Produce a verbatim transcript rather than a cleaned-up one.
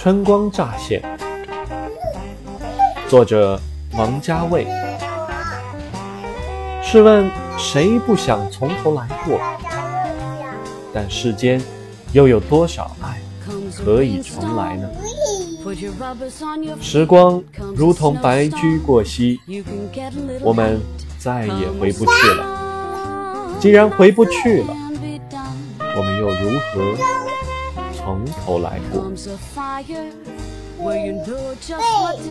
春光乍现，作者王家卫。试问谁不想从头来过？但世间又有多少爱可以重来呢？时光如同白驹过隙，我们再也回不去了。既然回不去了，我们又如何从头来过？